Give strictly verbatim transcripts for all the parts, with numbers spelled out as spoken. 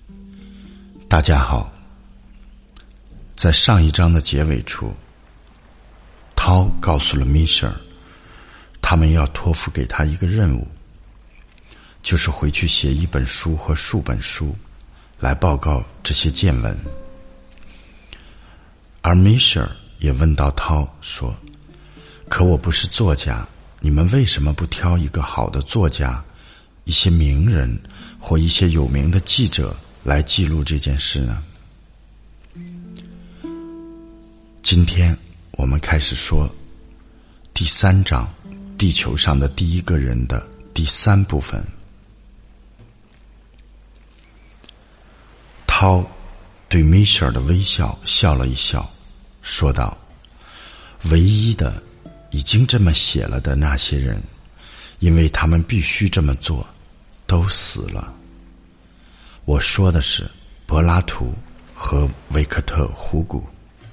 大家好，在上一章的结尾处，涛告诉了米歇尔，他们要托付给他一个任务，就是回去写一本书或数本书，来报告这些见闻。而米歇尔也问到涛说，可我不是作家，你们为什么不挑一个好的作家，一些名人或一些有名的记者来记录这件事呢？今天我们开始说第三章，地球上的第一个人的第三部分。涛对米歇尔的微笑笑了一笑，说道，唯一的已经这么写了的那些人，因为他们必须这么做，都死了。我说的是柏拉图和维克特·胡古，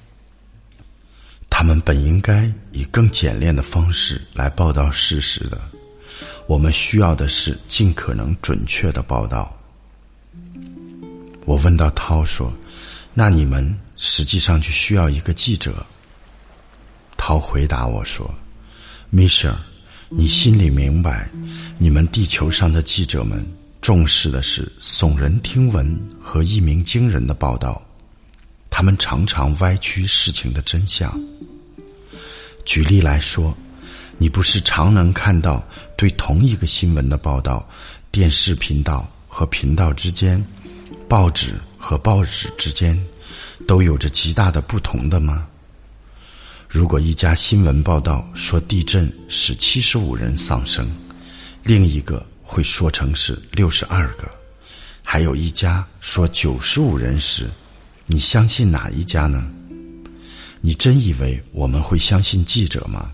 他们本应该以更简练的方式来报道事实的，我们需要的是尽可能准确的报道。我问到涛说，那你们实际上就需要一个记者。涛回答我说，米歇尔，你心里明白，你们地球上的记者们重视的是耸人听闻和一鸣惊人的报道，他们常常歪曲事情的真相。举例来说，你不是常能看到对同一个新闻的报道，电视频道和频道之间，报纸和报纸之间都有着极大的不同的吗？如果一家新闻报道说地震使七十五人丧生，另一个会说成是六十二个，还有一家说九十五人时，你相信哪一家呢？你真以为我们会相信记者吗？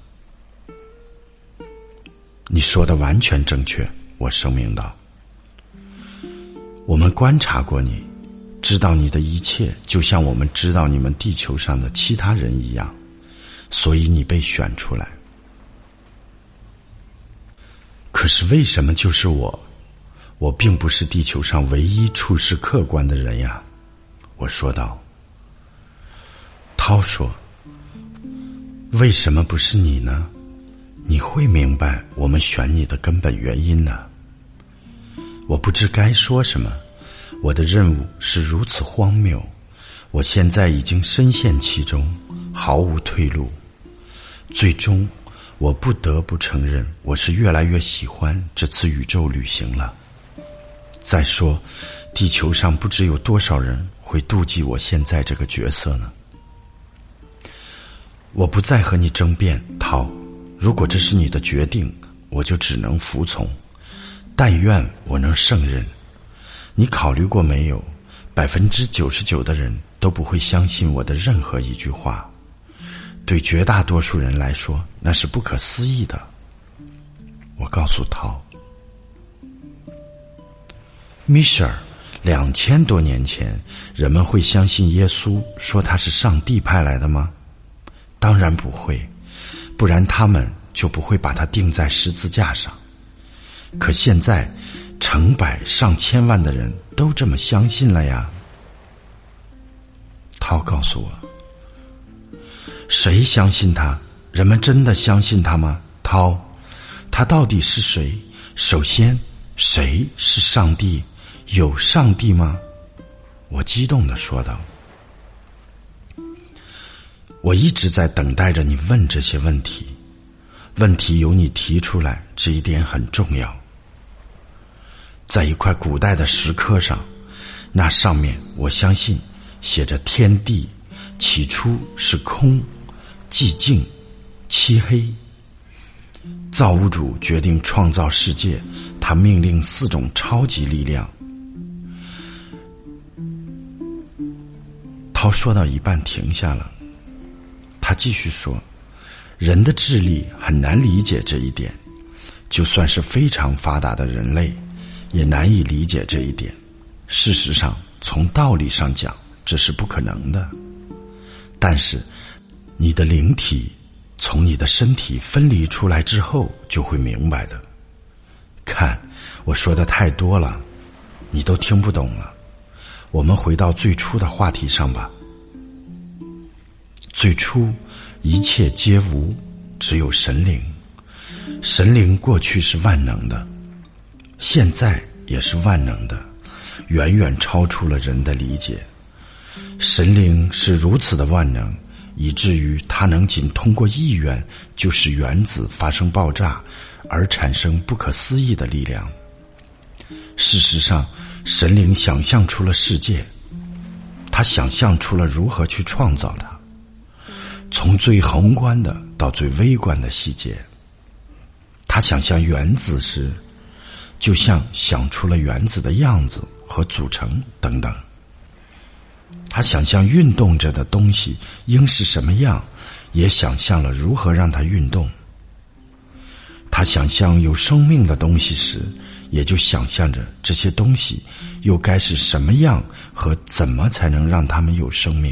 你说的完全正确，我声明道。我们观察过你，知道你的一切就像我们知道你们地球上的其他人一样，所以你被选出来。可是为什么就是我？我并不是地球上唯一处事客观的人呀，我说道。涛说，为什么不是你呢？你会明白我们选你的根本原因呢。我不知该说什么，我的任务是如此荒谬，我现在已经深陷其中，毫无退路。最终我不得不承认，我是越来越喜欢这次宇宙旅行了。再说，地球上不知有多少人会妒忌我现在这个角色呢？我不再和你争辩，涛，如果这是你的决定，我就只能服从。但愿我能胜任。你考虑过没有？百分之九十九的人都不会相信我的任何一句话。对绝大多数人来说，那是不可思议的。我告诉涛，米歇尔，两千多年前，人们会相信耶稣说他是上帝派来的吗？当然不会，不然他们就不会把他钉在十字架上。可现在，成百上千万的人都这么相信了呀。涛告诉我，谁相信他？人们真的相信他吗？涛，他到底是谁？首先，谁是上帝？有上帝吗？我激动地说道。我一直在等待着你问这些问题，问题由你提出来，这一点很重要。在一块古代的石刻上，那上面我相信写着天地起初是空，寂静，漆黑。造物主决定创造世界，他命令四种超级力量。涛说到一半停下了，他继续说，人的智力很难理解这一点，就算是非常发达的人类也难以理解这一点。事实上，从道理上讲，这是不可能的。但是你的灵体从你的身体分离出来之后就会明白的。看，我说的太多了，你都听不懂了。 我们回到最初的话题上吧。最初一切皆无，只有神灵。神灵过去是万能的，现在也是万能的，远远超出了人的理解。神灵是如此的万能，以至于它能仅通过意愿就使原子发生爆炸，而产生不可思议的力量。事实上，神灵想象出了世界，他想象出了如何去创造它，从最宏观的到最微观的细节。他想象原子时，就像想出了原子的样子和组成等等。他想象运动着的东西应是什么样，也想象了如何让它运动。他想象有生命的东西时，也就想象着这些东西又该是什么样和怎么才能让它们有生命。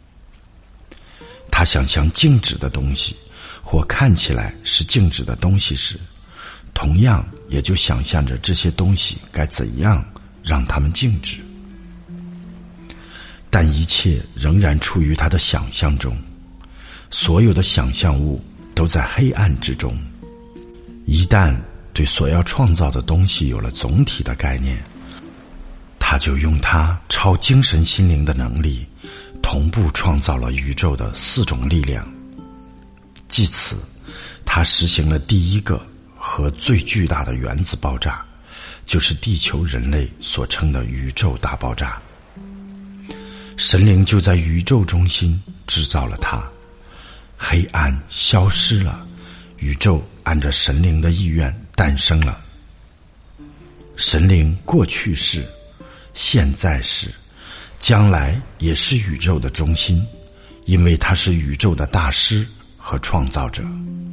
他想象静止的东西或看起来是静止的东西时，同样也就想象着这些东西该怎样让它们静止。但一切仍然处于他的想象中，所有的想象物都在黑暗之中。一旦对所要创造的东西有了总体的概念，他就用他超精神心灵的能力，同步创造了宇宙的四种力量。继此，他实行了第一个和最巨大的原子爆炸，就是地球人类所称的宇宙大爆炸。神灵就在宇宙中心制造了它，黑暗消失了，宇宙按照神灵的意愿诞生了。神灵过去是，现在是，将来也是宇宙的中心，因为他是宇宙的大师和创造者。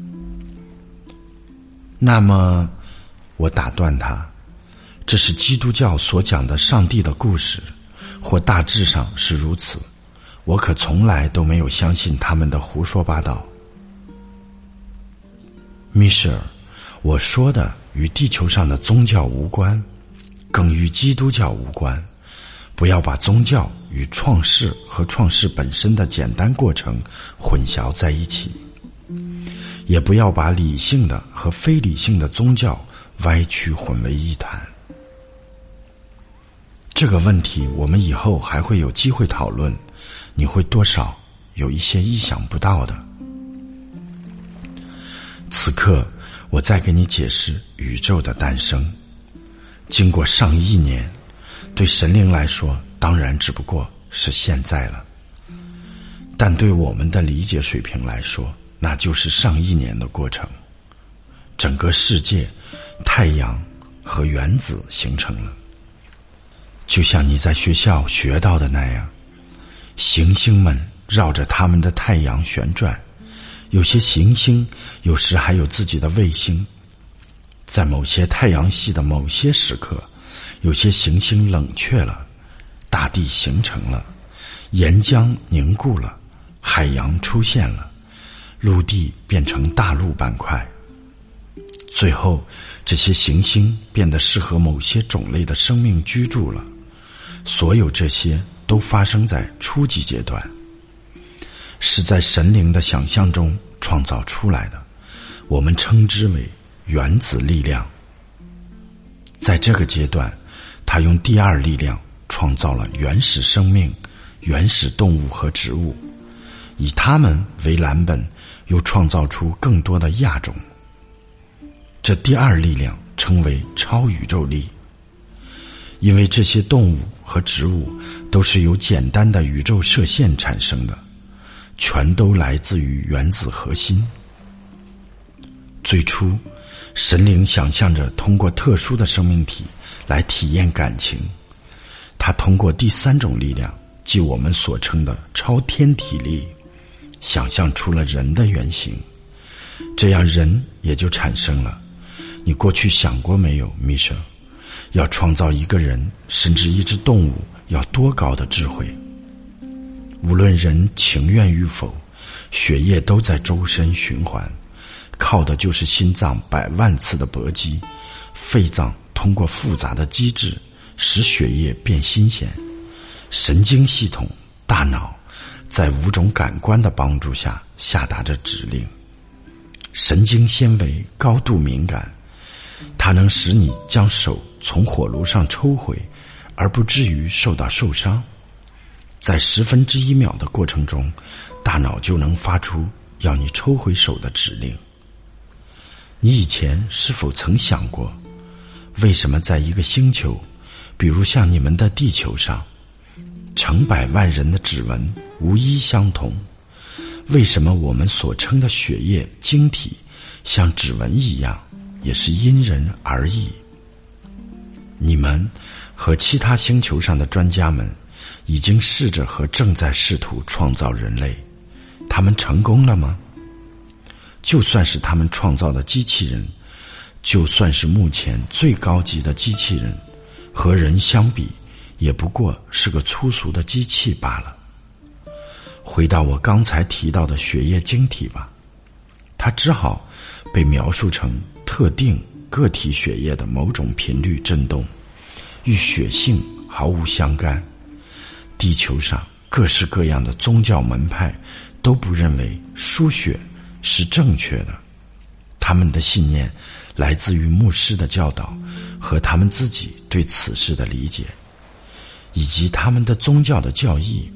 那么，我打断他，这是基督教所讲的上帝的故事，或大致上是如此，我可从来都没有相信他们的胡说八道。米歇尔，我说的与地球上的宗教无关，更与基督教无关。不要把宗教与创世和创世本身的简单过程混淆在一起，也不要把理性的和非理性的宗教歪曲混为一谈。这个问题我们以后还会有机会讨论，你会多少有一些意想不到的。此刻我再给你解释宇宙的诞生。经过上亿年，对神灵来说当然只不过是现在了，但对我们的理解水平来说，那就是上亿年的过程。整个世界，太阳和原子形成了，就像你在学校学到的那样，行星们绕着他们的太阳旋转，有些行星有时还有自己的卫星。在某些太阳系的某些时刻，有些行星冷却了，大地形成了，岩浆凝固了，海洋出现了，陆地变成大陆板块。最后，这些行星变得适合某些种类的生命居住了。所有这些都发生在初级阶段，是在神灵的想象中创造出来的，我们称之为原子力量。在这个阶段，他用第二力量创造了原始生命、原始动物和植物，以它们为蓝本，又创造出更多的亚种。这第二力量称为超宇宙力，因为这些动物和植物都是由简单的宇宙射线产生的，全都来自于原子核心。最初，神灵想象着通过特殊的生命体来体验感情，他通过第三种力量，即我们所称的超天体力，想象出了人的原型，这样人也就产生了。你过去想过没有，米舍，要创造一个人甚至一只动物要多高的智慧？无论人情愿与否，血液都在周身循环，靠的就是心脏百万次的搏击，肺脏通过复杂的机制使血液变新鲜， 神经系统、大脑在五种感官的帮助下下达着指令。神经纤维高度敏感，它能使你将手从火炉上抽回，而不至于受到受伤。在十分之一秒的过程中，大脑就能发出要你抽回手的指令。你以前是否曾想过，为什么在一个星球，比如像你们的地球上，成百万人的指纹无一相同？为什么我们所称的血液晶体像指纹一样，也是因人而异？你们和其他星球上的专家们已经试着和正在试图创造人类，他们成功了吗？就算是他们创造的机器人，就算是目前最高级的机器人，和人相比，也不过是个粗俗的机器罢了。回到我刚才提到的血液晶体吧，它只好被描述成特定个体血液的某种频率振动，与血性毫无相干。地球上各式各样的宗教门派都不认为输血是正确的，他们的信念来自于牧师的教导和他们自己对此事的理解，以及他们的宗教的教义。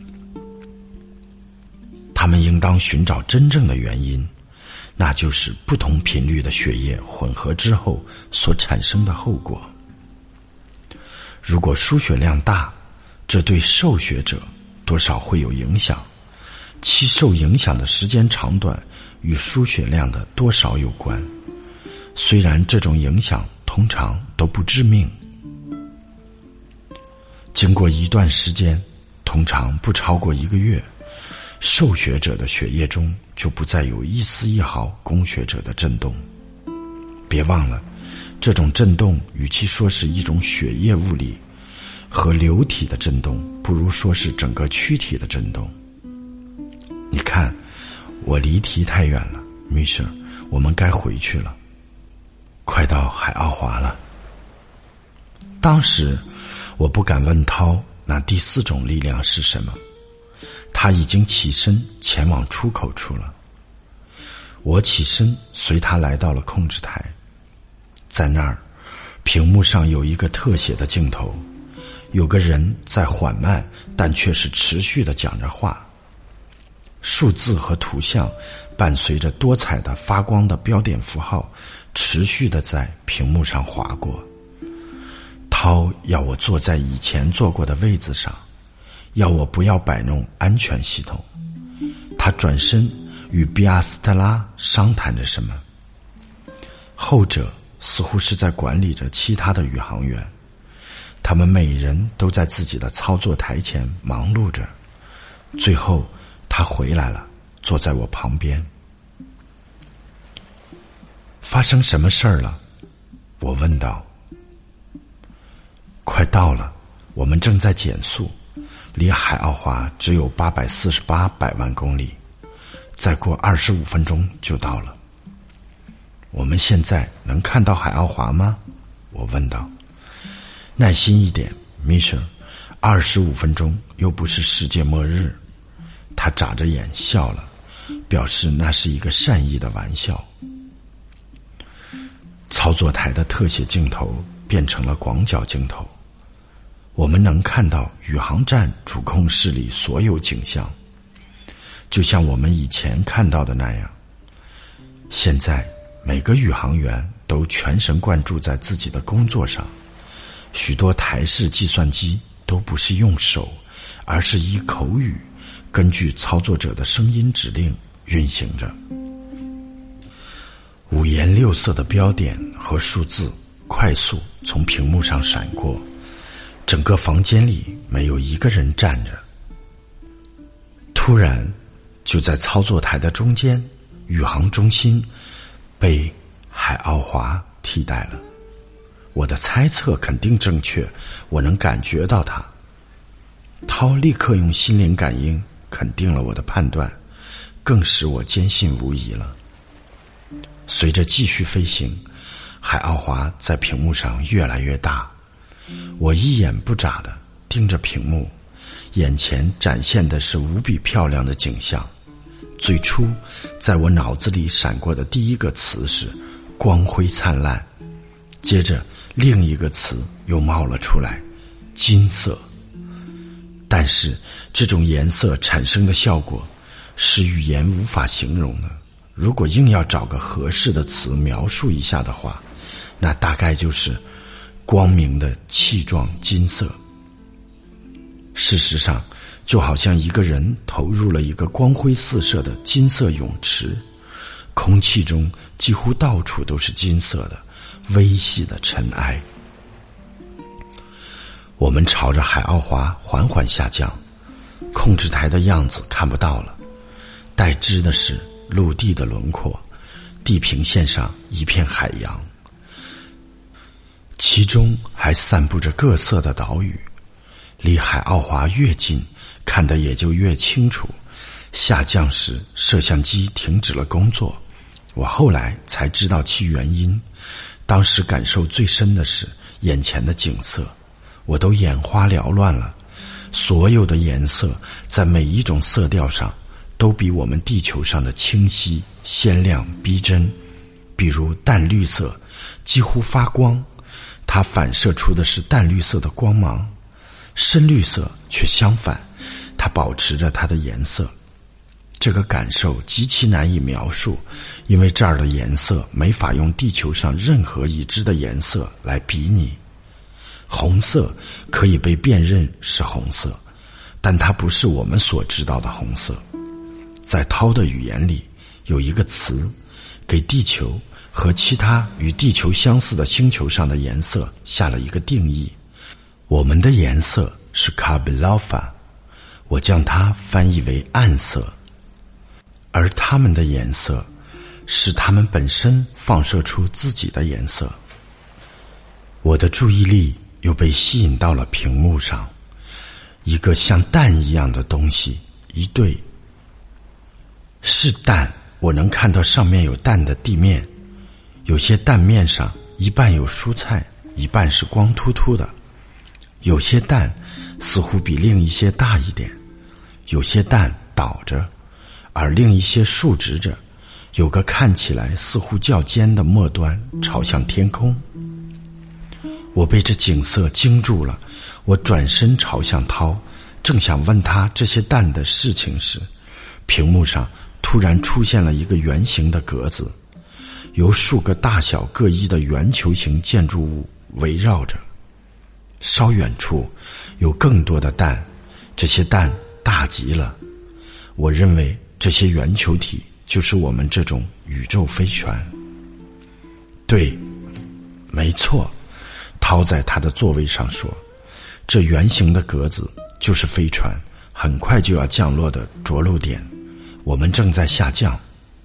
他们应当寻找真正的原因，那就是不同频率的血液混合之后所产生的后果。如果输血量大，这对受血者多少会有影响，其受影响的时间长短与输血量的多少有关，虽然这种影响通常都不致命。经过一段时间，通常不超过一个月，受血者的血液中就不再有一丝一毫供血者的震动。别忘了，这种震动与其说是一种血液物理和流体的震动，不如说是整个躯体的震动。你看，我离题太远了，米舍，我们该回去了。快到海奥华了。当时我不敢问涛那第四种力量是什么，他已经起身前往出口处了。我起身随他来到了控制台，在那儿，屏幕上有一个特写的镜头，有个人在缓慢但却是持续地讲着话，数字和图像伴随着多彩的发光的标点符号持续地在屏幕上划过。涛要我坐在以前坐过的位子上，要我不要摆弄安全系统。他转身与比亚斯特拉商谈着什么，后者似乎是在管理着其他的宇航员，他们每人都在自己的操作台前忙碌着。最后他回来了，坐在我旁边。发生什么事儿了？我问道。快到了，我们正在减速，离海奥华只有八百四十八百万公里，再过二十五分钟就到了。我们现在能看到海奥华吗？我问道。耐心一点，米舍，二十五分钟又不是世界末日。他眨着眼笑了，表示那是一个善意的玩笑。操作台的特写镜头变成了广角镜头，我们能看到宇航站主控室里所有景象，就像我们以前看到的那样。现在每个宇航员都全神贯注在自己的工作上，许多台式计算机都不是用手，而是以口语根据操作者的声音指令运行着。五颜六色的标点和数字快速从屏幕上闪过，整个房间里没有一个人站着。突然，就在操作台的中间，宇航中心被海奥华替代了。我的猜测肯定正确，我能感觉到它。涛立刻用心灵感应肯定了我的判断，更使我坚信无疑了。随着继续飞行，海奥华在屏幕上越来越大，我一眼不眨地盯着屏幕， 眼前展现的是无比漂亮的景象。最初在我脑子里闪过的第一个词是光辉灿烂，接着另一个词又冒了出来，金色。但是这种颜色产生的效果是语言无法形容的，如果硬要找个合适的词描述一下的话，那大概就是光明的气状金色。事实上，就好像一个人投入了一个光辉四射的金色泳池，空气中几乎到处都是金色的微细的尘埃。我们朝着海奥华缓缓下降，控制台的样子看不到了，代之的是陆地的轮廓，地平线上一片海洋，其中还散布着各色的岛屿。离海奥华越近，看得也就越清楚。下降时，摄像机停止了工作，我后来才知道其原因。当时感受最深的是眼前的景色，我都眼花缭乱了。所有的颜色在每一种色调上都比我们地球上的清晰、鲜亮、逼真。比如淡绿色几乎发光，它反射出的是淡绿色的光芒；深绿色却相反，它保持着它的颜色。这个感受极其难以描述，因为这儿的颜色没法用地球上任何已知的颜色来比拟。红色可以被辨认是红色，但它不是我们所知道的红色。在涛的语言里，有一个词给地球和其他与地球相似的星球上的颜色下了一个定义。我们的颜色是 Kabilaufa， 我将它翻译为暗色，而它们的颜色是它们本身放射出自己的颜色。我的注意力又被吸引到了屏幕上，一个像蛋一样的东西，一对是蛋，我能看到上面有蛋的地面，有些蛋面上一半有蔬菜，一半是光秃秃的，有些蛋似乎比另一些大一点，有些蛋倒着，而另一些竖直着，有个看起来似乎较尖的末端朝向天空。我被这景色惊住了，我转身朝向涛，正想问他这些蛋的事情时，屏幕上突然出现了一个圆形的格子，由数个大小各异的圆球形建筑物围绕着。稍远处有更多的蛋，这些蛋大极了。我认为这些圆球体就是我们这种宇宙飞船。对，没错，涛在他的座位上说，这圆形的格子就是飞船，很快就要降落的着陆点，我们正在下降。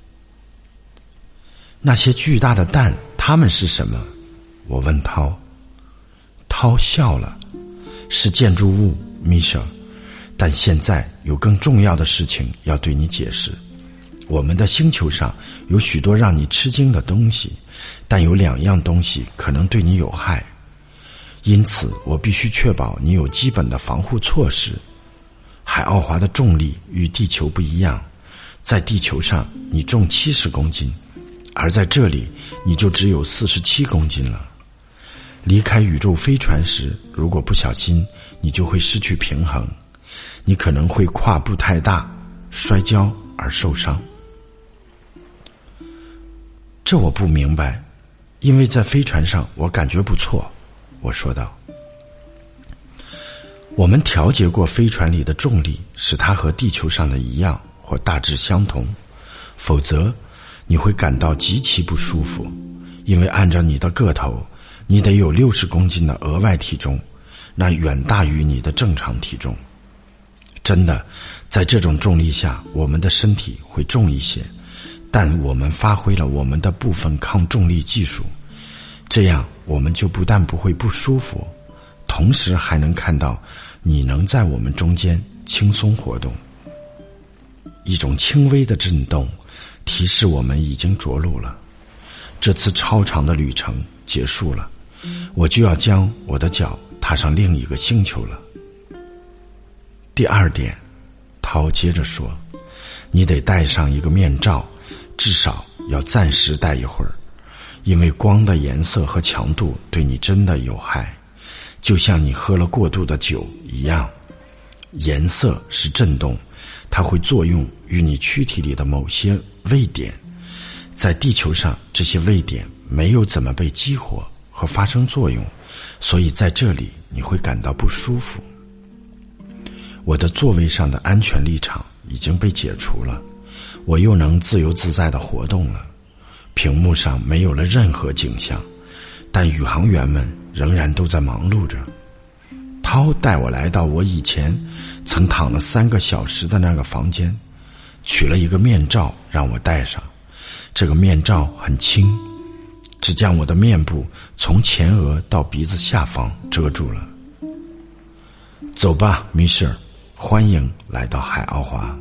那些巨大的蛋，它们是什么？我问涛。涛笑了，是建筑物，米舍，但现在有更重要的事情要对你解释。我们的星球上有许多让你吃惊的东西，但有两样东西可能对你有害，因此我必须确保你有基本的防护措施。海奥华的重力与地球不一样，在地球上你重七十公斤，而在这里你就只有四十七公斤了。离开宇宙飞船时，如果不小心，你就会失去平衡，你可能会跨步太大，摔跤而受伤。这我不明白，因为在飞船上我感觉不错，我说道。我们调节过飞船里的重力，使它和地球上的一样或大致相同，否则你会感到极其不舒服，因为按照你的个头，你得有六十公斤的额外体重，那远大于你的正常体重。真的，在这种重力下，我们的身体会重一些，但我们发挥了我们的部分抗重力技术，这样我们就不但不会不舒服，同时还能看到你能在我们中间轻松活动。一种轻微的震动提示我们已经着陆了，这次超长的旅程结束了，我就要将我的脚踏上另一个星球了。 第二点，涛接着说，你得戴上一个面罩，至少要暂时戴一会儿，因为光的颜色和强度对你真的有害，就像你喝了过度的酒一样。颜色是震动，它会作用于你躯体里的某些位点，在地球上这些位点没有怎么被激活和发生作用，所以在这里你会感到不舒服。我的座位上的安全立场已经被解除了，我又能自由自在地活动了。屏幕上没有了任何景象，但宇航员们仍然都在忙碌着。涛带我来到我以前曾躺了三个小时的那个房间，取了一个面罩让我戴上。这个面罩很轻，只将我的面部从前额到鼻子下方遮住了。走吧，米舍尔，欢迎来到海奥华。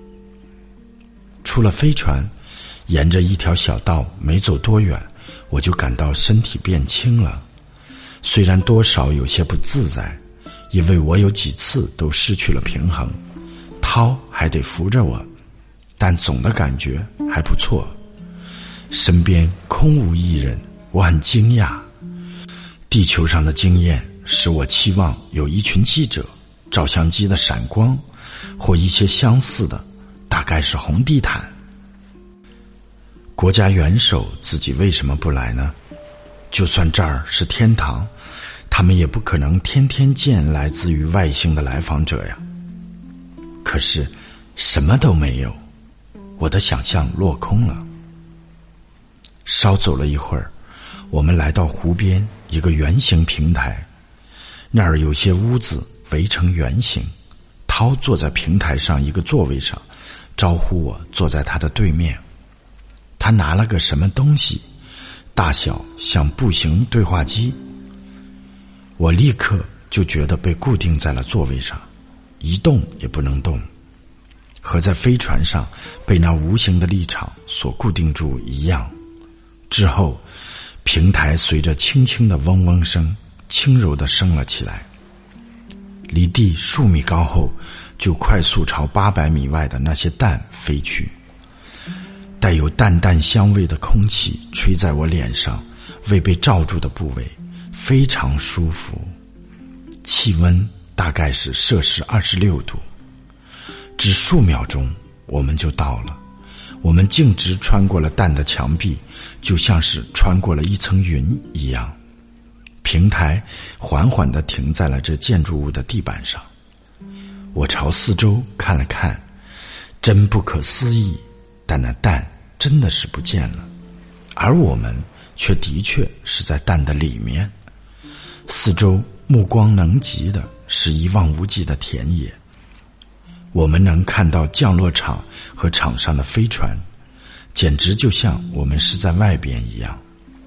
出了飞船，沿着一条小道没走多远，我就感到身体变轻了，虽然多少有些不自在，因为我有几次都失去了平衡，涛还得扶着我，但总的感觉还不错。身边空无一人，我很惊讶。地球上的经验使我期望有一群记者、照相机的闪光，或一些相似的，大概是红地毯。国家元首自己为什么不来呢？就算这儿是天堂，他们也不可能天天见来自于外星的来访者呀。可是什么都没有，我的想象落空了。稍走了一会儿，我们来到湖边一个圆形平台，那儿有些屋子围成圆形。涛坐在平台上一个座位上，招呼我坐在他的对面。他拿了个什么东西，大小像步行对话机。我立刻就觉得被固定在了座位上，一动也不能动，和在飞船上被那无形的立场所固定住一样。之后，平台随着轻轻的嗡嗡声，轻柔地升了起来，离地数米高后，就快速朝八百米外的那些蛋飞去。带有淡淡香味的空气吹在我脸上，未被罩住的部位非常舒服，气温大概是摄氏二十六度。只数秒钟，我们就到了。我们径直穿过了蛋的墙壁，就像是穿过了一层云一样。平台缓缓地停在了这建筑物的地板上。我朝四周看了看，真不可思议，但那蛋真的是不见了，而我们却的确是在蛋的里面。四周目光能及的是一望无际的田野，我们能看到降落场和场上的飞船，简直就像我们是在外边一样。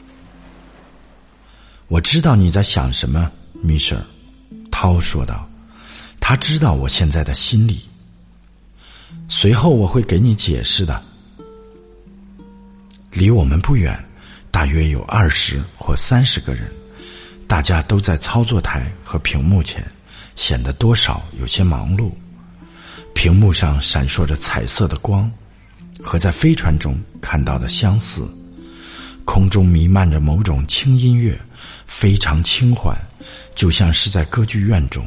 我知道你在想什么，米舍尔，涛说道。他知道我现在的心理。随后我会给你解释的。离我们不远，大约有二十或三十个人，大家都在操作台和屏幕前，显得多少有些忙碌。屏幕上闪烁着彩色的光，和在飞船中看到的相似。空中弥漫着某种轻音乐，非常轻缓，就像是在歌剧院中。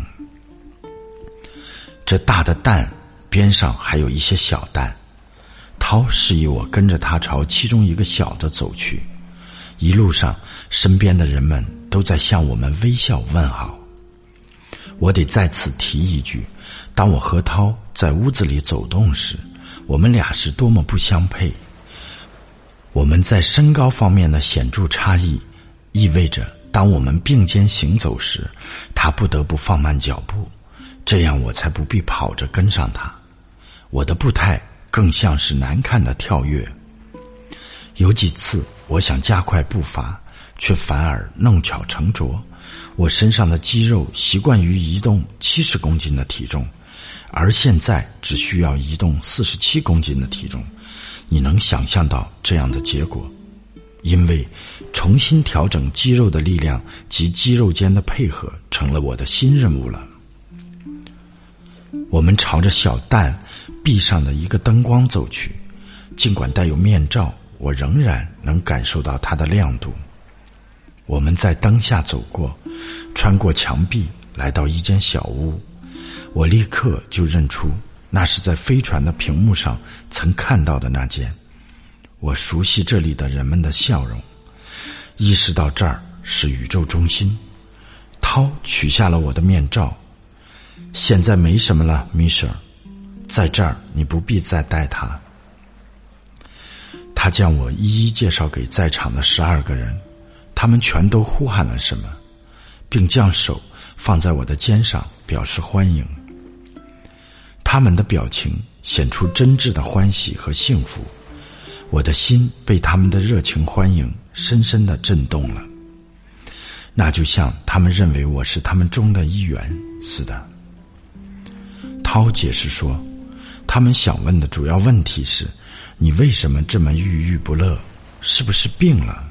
这大的蛋边上还有一些小蛋，涛示意我跟着他朝其中一个小的走去。一路上，身边的人们都在向我们微笑问好。我得再次提一句，当我和涛在屋子里走动时，我们俩是多么不相配。我们在身高方面的显著差异，意味着当我们并肩行走时，他不得不放慢脚步，这样我才不必跑着跟上他。我的步态更像是难看的跳跃。有几次我想加快步伐，却反而弄巧成拙。我身上的肌肉习惯于移动七十公斤的体重，而现在只需要移动四十七公斤的体重。你能想象到这样的结果？因为重新调整肌肉的力量及肌肉间的配合成了我的新任务了。 我们朝着小蛋壁上的一个灯光走去，尽管带有面罩，我仍然能感受到它的亮度。我们在灯下走过，穿过墙壁，来到一间小屋。我立刻就认出那是在飞船的屏幕上曾看到的那间。我熟悉这里的人们的笑容，意识到这儿是宇宙中心。涛取下了我的面罩。现在没什么了，米舍，在这儿你不必再带它。他将我一一介绍给在场的十二个人，他们全都呼喊了什么，并将手放在我的肩上表示欢迎。他们的表情显出真挚的欢喜和幸福，我的心被他们的热情欢迎深深地震动了。那就像他们认为我是他们中的一员似的。涛解释说，他们想问的主要问题是，你为什么这么郁郁不乐？是不是病了？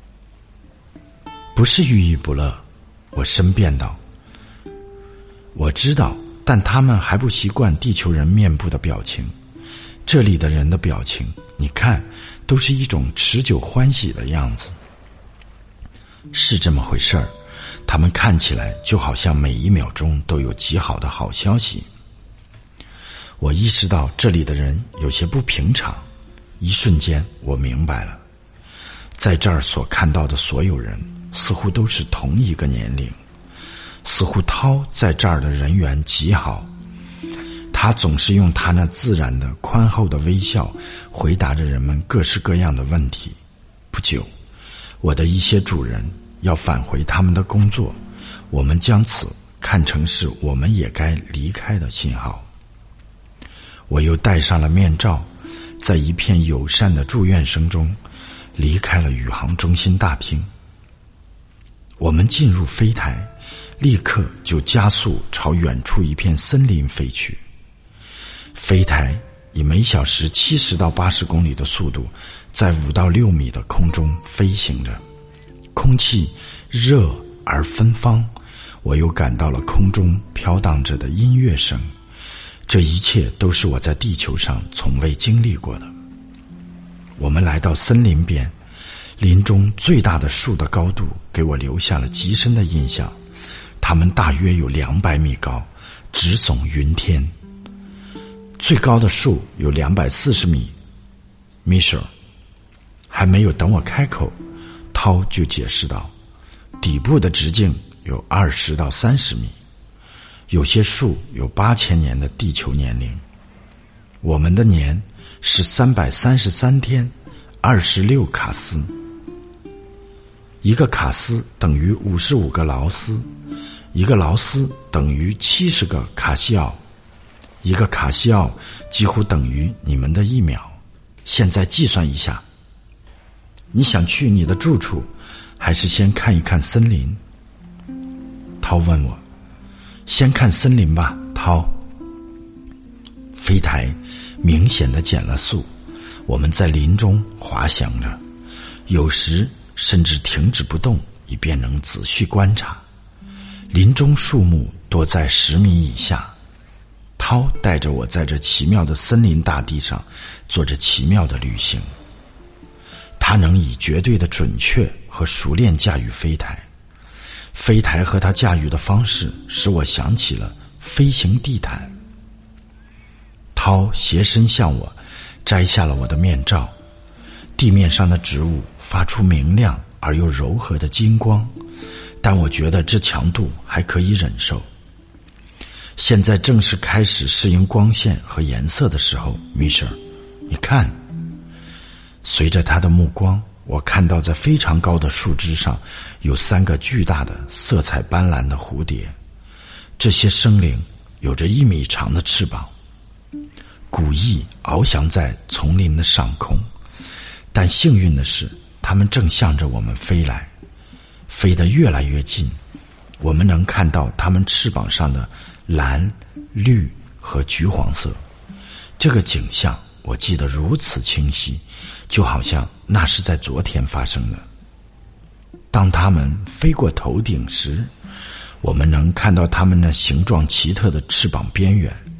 不是郁郁不乐，我申辩道。我知道，但他们还不习惯地球人面部的表情。这里的人的表情，你看，都是一种持久欢喜的样子。是这么回事儿，他们看起来就好像每一秒钟都有极好的好消息。我意识到这里的人有些不平常，一瞬间我明白了，在这儿所看到的所有人似乎都是同一个年龄，似乎涛在这儿的人缘极好，他总是用他那自然的宽厚的微笑回答着人们各式各样的问题。不久，我的一些主人要返回他们的工作，我们将此看成是我们也该离开的信号。我又戴上了面罩，在一片友善的祝愿声中离开了宇航中心大厅。我们进入飞台，立刻就加速朝远处一片森林飞去。飞台以每小时七十到八十公里的速度，在五到六米的空中飞行着。空气热而芬芳，我又感到了空中飘荡着的音乐声。这一切都是我在地球上从未经历过的。我们来到森林边，林中最大的树的高度给我留下了极深的印象，它们大约有两百米高，直耸云天。最高的树有两百四十米。米舍，还没有等我开口，涛就解释道，底部的直径有二十到三十米。有些树有八千年的地球年龄，我们的年是三百三十三天，二十六卡斯。一个卡斯等于五十五个劳斯，一个劳斯等于七十个卡西奥，一个卡西奥几乎等于你们的一秒。现在计算一下，你想去你的住处，还是先看一看森林？涛问我。先看森林吧，涛。飞台明显地减了速，我们在林中滑翔着，有时甚至停止不动，以便能仔细观察。林中树木多在十米以下。涛带着我在这奇妙的森林大地上做着奇妙的旅行。他能以绝对的准确和熟练驾驭飞台。飞台和他驾驭的方式使我想起了飞行地毯。涛斜身向我摘下了我的面罩，地面上的植物发出明亮而又柔和的金光，但我觉得这强度还可以忍受。现在正是开始适应光线和颜色的时候，米舍，你看。随着他的目光，我看到在非常高的树枝上有三个巨大的色彩斑斓的蝴蝶，这些生灵有着一米长的翅膀，古意翱翔在丛林的上空。但幸运的是，它们正向着我们飞来，飞得越来越近。我们能看到它们翅膀上的蓝、绿和橘黄色。这个景象我记得如此清晰，就好像那是在昨天发生的。当它们飞过头顶时，我们能看到它们那形状奇特的翅膀边缘。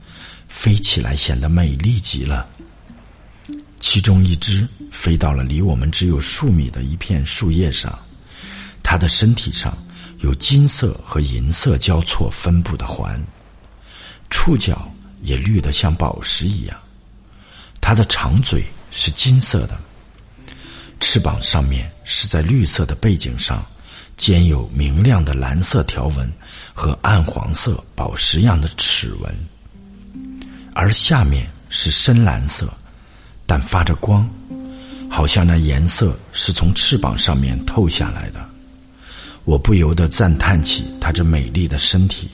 飞起来显得美丽极了。其中一只飞到了离我们只有数米的一片树叶上，它的身体上有金色和银色交错分布的环，触角也绿得像宝石一样。它的长嘴是金色的，翅膀上面是在绿色的背景上兼有明亮的蓝色条纹和暗黄色宝石样的齿纹，而下面是深蓝色，但发着光，好像那颜色是从翅膀上面透下来的。我不由得赞叹起它这美丽的身体。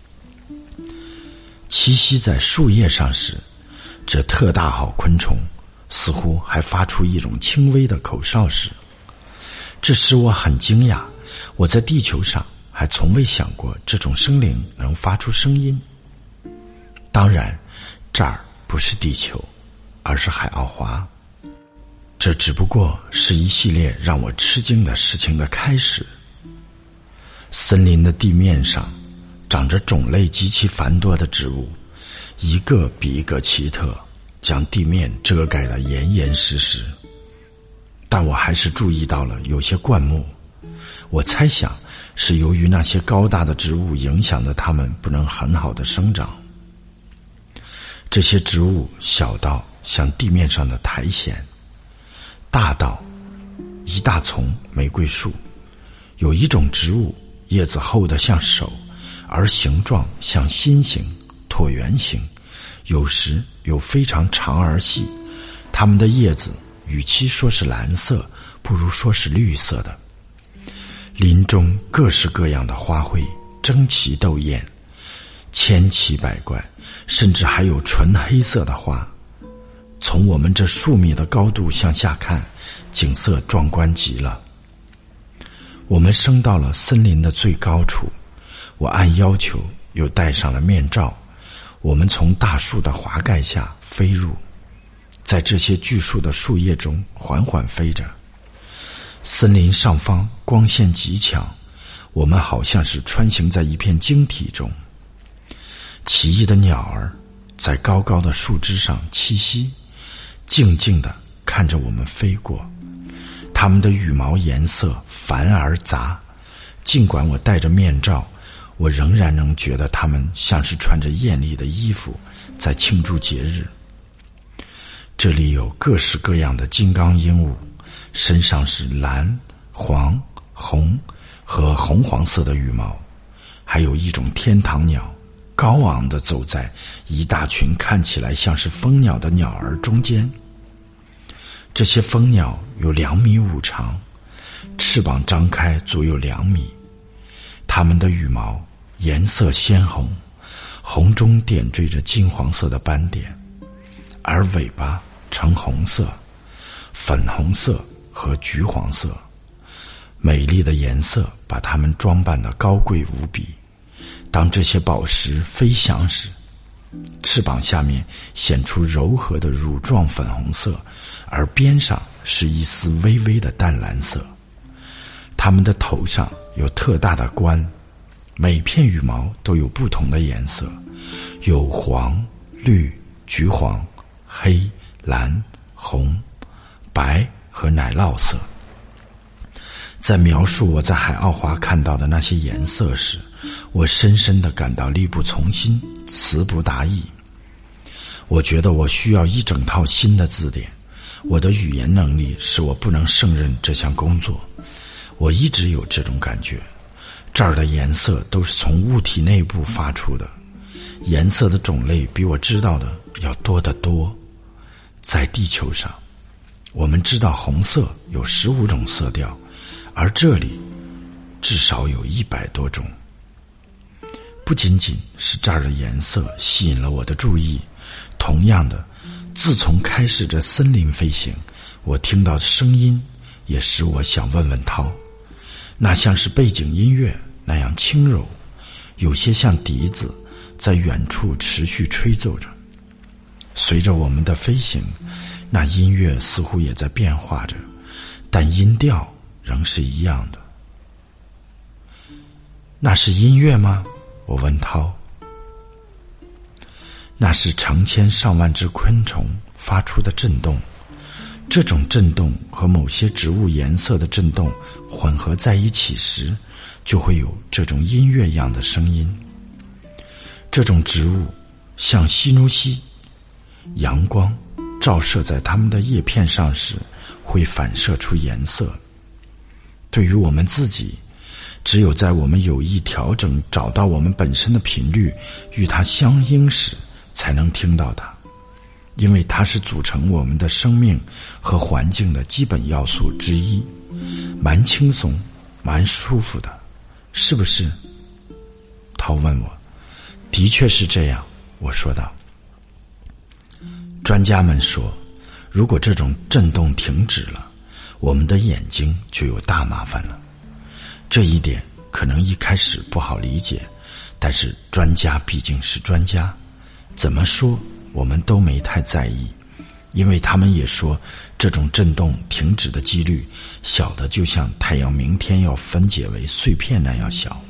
栖息在树叶上时，这特大号昆虫似乎还发出一种轻微的口哨声，这使我很惊讶。我在地球上还从未想过这种生灵能发出声音。当然，这儿不是地球，而是海奥华。这只不过是一系列让我吃惊的事情的开始。森林的地面上长着种类极其繁多的植物，一个比一个奇特，将地面遮盖得严严实实。但我还是注意到了有些灌木，我猜想是由于那些高大的植物影响的它们不能很好的生长。这些植物小到像地面上的苔藓，大到一大丛玫瑰树。有一种植物叶子厚得像手，而形状像心形、椭圆形，有时又非常长而细。它们的叶子与其说是蓝色，不如说是绿色的。林中各式各样的花卉争奇斗艳，千奇百怪，甚至还有纯黑色的花。从我们这数米的高度向下看，景色壮观极了。我们升到了森林的最高处，我按要求又戴上了面罩。我们从大树的华盖下飞入，在这些巨树的树叶中缓缓飞着。森林上方光线极强，我们好像是穿行在一片晶体中。奇异的鸟儿在高高的树枝上栖息，静静地看着我们飞过。它们的羽毛颜色繁而杂，尽管我戴着面罩，我仍然能觉得它们像是穿着艳丽的衣服，在庆祝节日。这里有各式各样的金刚鹦鹉，身上是蓝、黄、红和红黄色的羽毛，还有一种天堂鸟，高昂地走在一大群看起来像是蜂鸟的鸟儿中间。这些蜂鸟有两米五长，翅膀张开足有两米。它们的羽毛颜色鲜红，红中点缀着金黄色的斑点，而尾巴呈红色、粉红色和橘黄色。美丽的颜色把它们装扮得高贵无比。当这些宝石飞翔时，翅膀下面显出柔和的乳状粉红色，而边上是一丝微微的淡蓝色。它们的头上有特大的冠，每片羽毛都有不同的颜色，有黄、绿、橘黄、黑、蓝、红、白和奶酪色。在描述我在海奥华看到的那些颜色时，我深深地感到力不从心，词不达意。我觉得我需要一整套新的字典，我的语言能力使我不能胜任这项工作。我一直有这种感觉，这儿的颜色都是从物体内部发出的，颜色的种类比我知道的要多得多。在地球上，我们知道红色有十五种色调，而这里至少有一百多种。不仅仅是这儿的颜色吸引了我的注意，同样的，自从开始这森林飞行，我听到的声音也使我想问问涛，那像是背景音乐那样轻柔，有些像笛子在远处持续吹奏着。随着我们的飞行，那音乐似乎也在变化着，但音调仍是一样的。那是音乐吗？我问涛。 那是成千上万只昆虫发出的震动，这种震动和某些植物颜色的震动混合在一起时，就会有这种音乐一样的声音。这种植物像西努西，阳光照射在它们的叶片上时会反射出颜色。对于我们自己，只有在我们有意调整找到我们本身的频率与它相应时，才能听到它，因为它是组成我们的生命和环境的基本要素之一，蛮轻松蛮舒服的，是不是？涛问我。的确是这样，我说道。专家们说，如果这种震动停止了，我们的眼睛就有大麻烦了。这一点可能一开始不好理解，但是专家毕竟是专家，怎么说我们都没太在意，因为他们也说这种震动停止的几率小的就像太阳明天要分解为碎片那样小。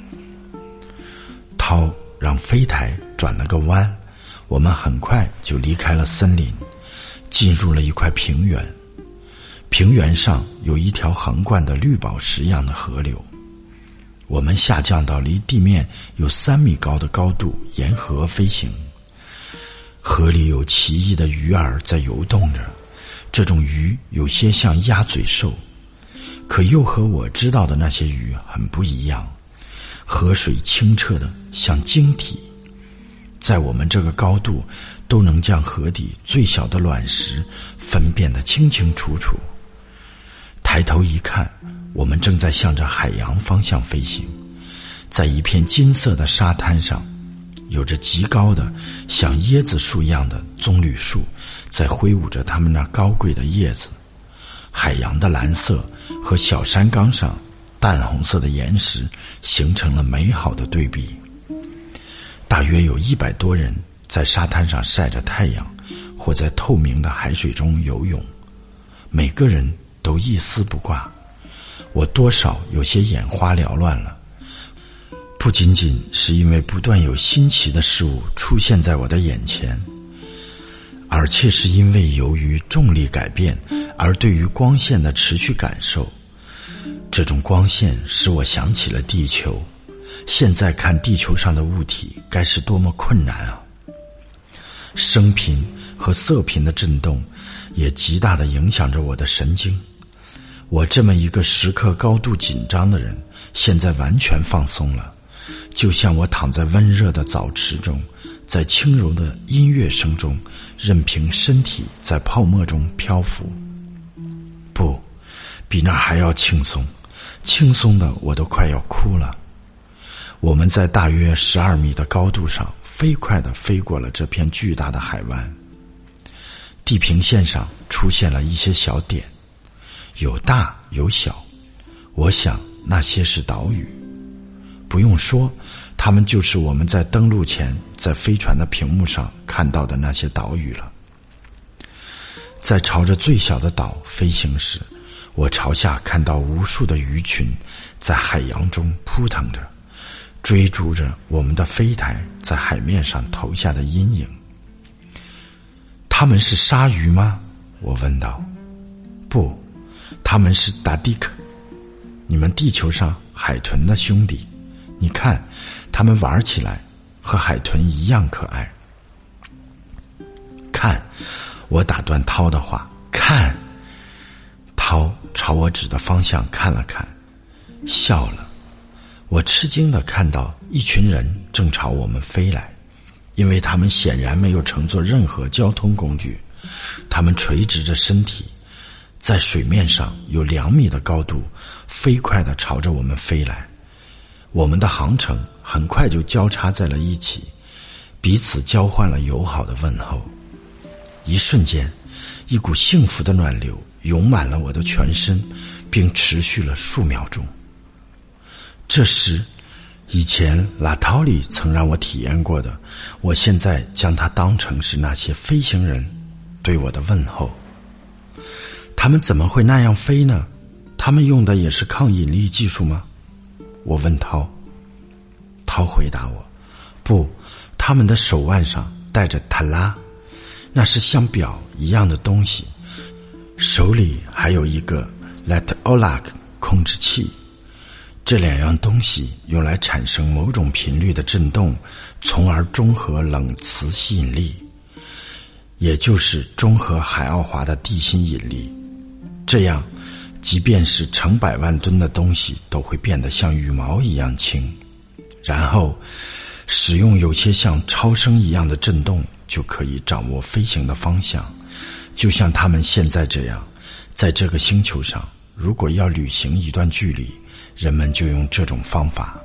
涛让飞台转了个弯，我们很快就离开了森林，进入了一块平原。平原上有一条横贯的绿宝石一样的河流，我们下降到离地面有三米高的高度，沿河飞行。河里有奇异的鱼儿在游动着，这种鱼有些像鸭嘴兽，可又和我知道的那些鱼很不一样。河水清澈的像晶体，在我们这个高度都能将河底最小的卵石分辨得清清楚楚。抬头一看，我们正在向着海洋方向飞行，在一片金色的沙滩上，有着极高的像椰子树一样的棕榈树在挥舞着它们那高贵的叶子。海洋的蓝色和小山岗上淡红色的岩石形成了美好的对比。大约有一百多人在沙滩上晒着太阳，或在透明的海水中游泳，每个人都一丝不挂。我多少有些眼花缭乱了，不仅仅是因为不断有新奇的事物出现在我的眼前，而且是因为由于重力改变而对于光线的持续感受。这种光线使我想起了地球，现在看地球上的物体该是多么困难啊！声频和色频的震动也极大地影响着我的神经。我这么一个时刻高度紧张的人，现在完全放松了，就像我躺在温热的澡池中，在轻柔的音乐声中，任凭身体在泡沫中漂浮。不，比那还要轻松，轻松的我都快要哭了。我们在大约十二米的高度上飞快地飞过了这片巨大的海湾。地平线上出现了一些小点，有大有小，我想那些是岛屿。不用说，它们就是我们在登陆前在飞船的屏幕上看到的那些岛屿了。在朝着最小的岛飞行时，我朝下看到无数的鱼群在海洋中扑腾着，追逐着我们的飞台在海面上投下的阴影。它们是鲨鱼吗？我问道。不，它们是达迪克，你们地球上海豚的兄弟。你看，它们玩起来和海豚一样可爱。看，我打断涛的话，看。涛朝我指的方向看了看，笑了。我吃惊地看到一群人正朝我们飞来，因为他们显然没有乘坐任何交通工具，他们垂直着身体，在水面上有两米的高度，飞快地朝着我们飞来。我们的航程很快就交叉在了一起，彼此交换了友好的问候。一瞬间，一股幸福的暖流涌满了我的全身，并持续了数秒钟。这时，以前拉陶里曾让我体验过的，我现在将它当成是那些飞行人对我的问候。他们怎么会那样飞呢？他们用的也是抗引力技术吗？我问涛。涛回答我，不，他们的手腕上戴着塔拉，那是像表一样的东西，手里还有一个 Let-O-Lak 控制器。这两样东西用来产生某种频率的振动，从而中和冷磁吸引力，也就是中和海奥华的地心引力。这样即便是成百万吨的东西都会变得像羽毛一样轻。然后使用有些像超声一样的振动，就可以掌握飞行的方向，就像他们现在这样。在这个星球上，如果要旅行一段距离，人们就用这种方法。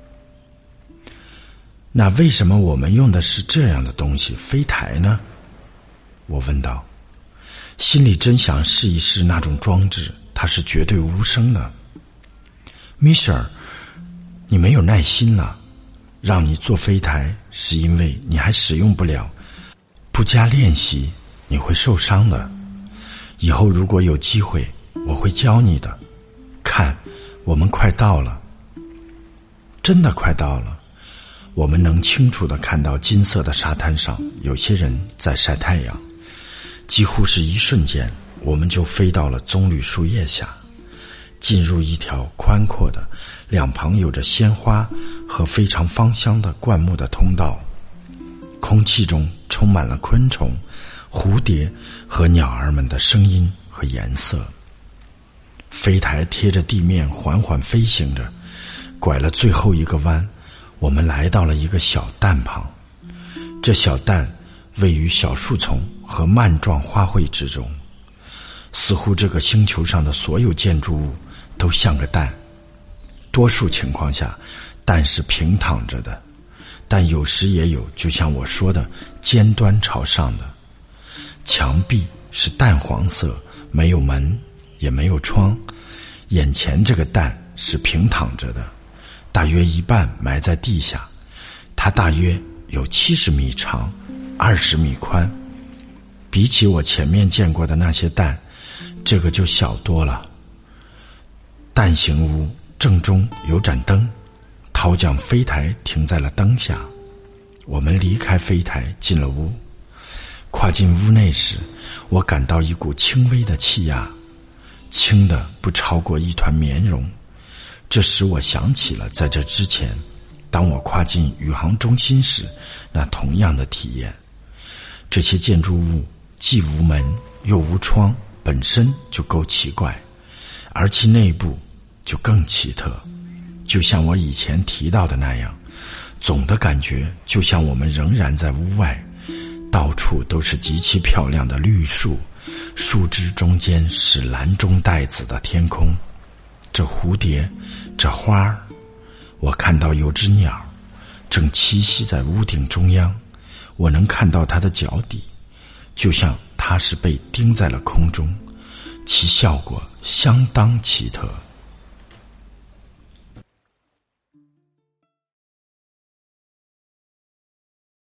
那为什么我们用的是这样的东西飞台呢？我问道，心里真想试一试那种装置，它是绝对无声的。米歇尔，你没有耐心了，让你坐飞台是因为你还使用不了，不加练习你会受伤的。以后如果有机会，我会教你的。看，我们快到了，真的快到了。我们能清楚地看到金色的沙滩上有些人在晒太阳，几乎是一瞬间，我们就飞到了棕榈树叶下，进入一条宽阔的、两旁有着鲜花和非常芳香的灌木的通道。空气中充满了昆虫、蝴蝶和鸟儿们的声音和颜色。飞台贴着地面缓缓飞行着，拐了最后一个弯，我们来到了一个小蛋旁。这小蛋位于小树丛和蔓状花卉之中，似乎这个星球上的所有建筑物都像个蛋。多数情况下，蛋是平躺着的，但有时也有就像我说的尖端朝上的。墙壁是淡黄色，没有门也没有窗。眼前这个蛋是平躺着的，大约一半埋在地下，它大约有七十米长，二十米宽。比起我前面见过的那些蛋，这个就小多了。蛋形屋正中有盏灯，陶匠飞台停在了灯下。我们离开飞台进了屋。跨进屋内时，我感到一股轻微的气压，轻的不超过一团棉绒。这使我想起了在这之前，当我跨进宇航中心时那同样的体验。这些建筑物既无门又无窗，本身就够奇怪，而其内部就更奇特。就像我以前提到的那样，总的感觉就像我们仍然在屋外，到处都是极其漂亮的绿树，树枝中间是蓝中带紫的天空。这蝴蝶，这花儿，我看到有只鸟正栖息在屋顶中央，我能看到它的脚底，就像它是被钉在了空中，其效果相当奇特。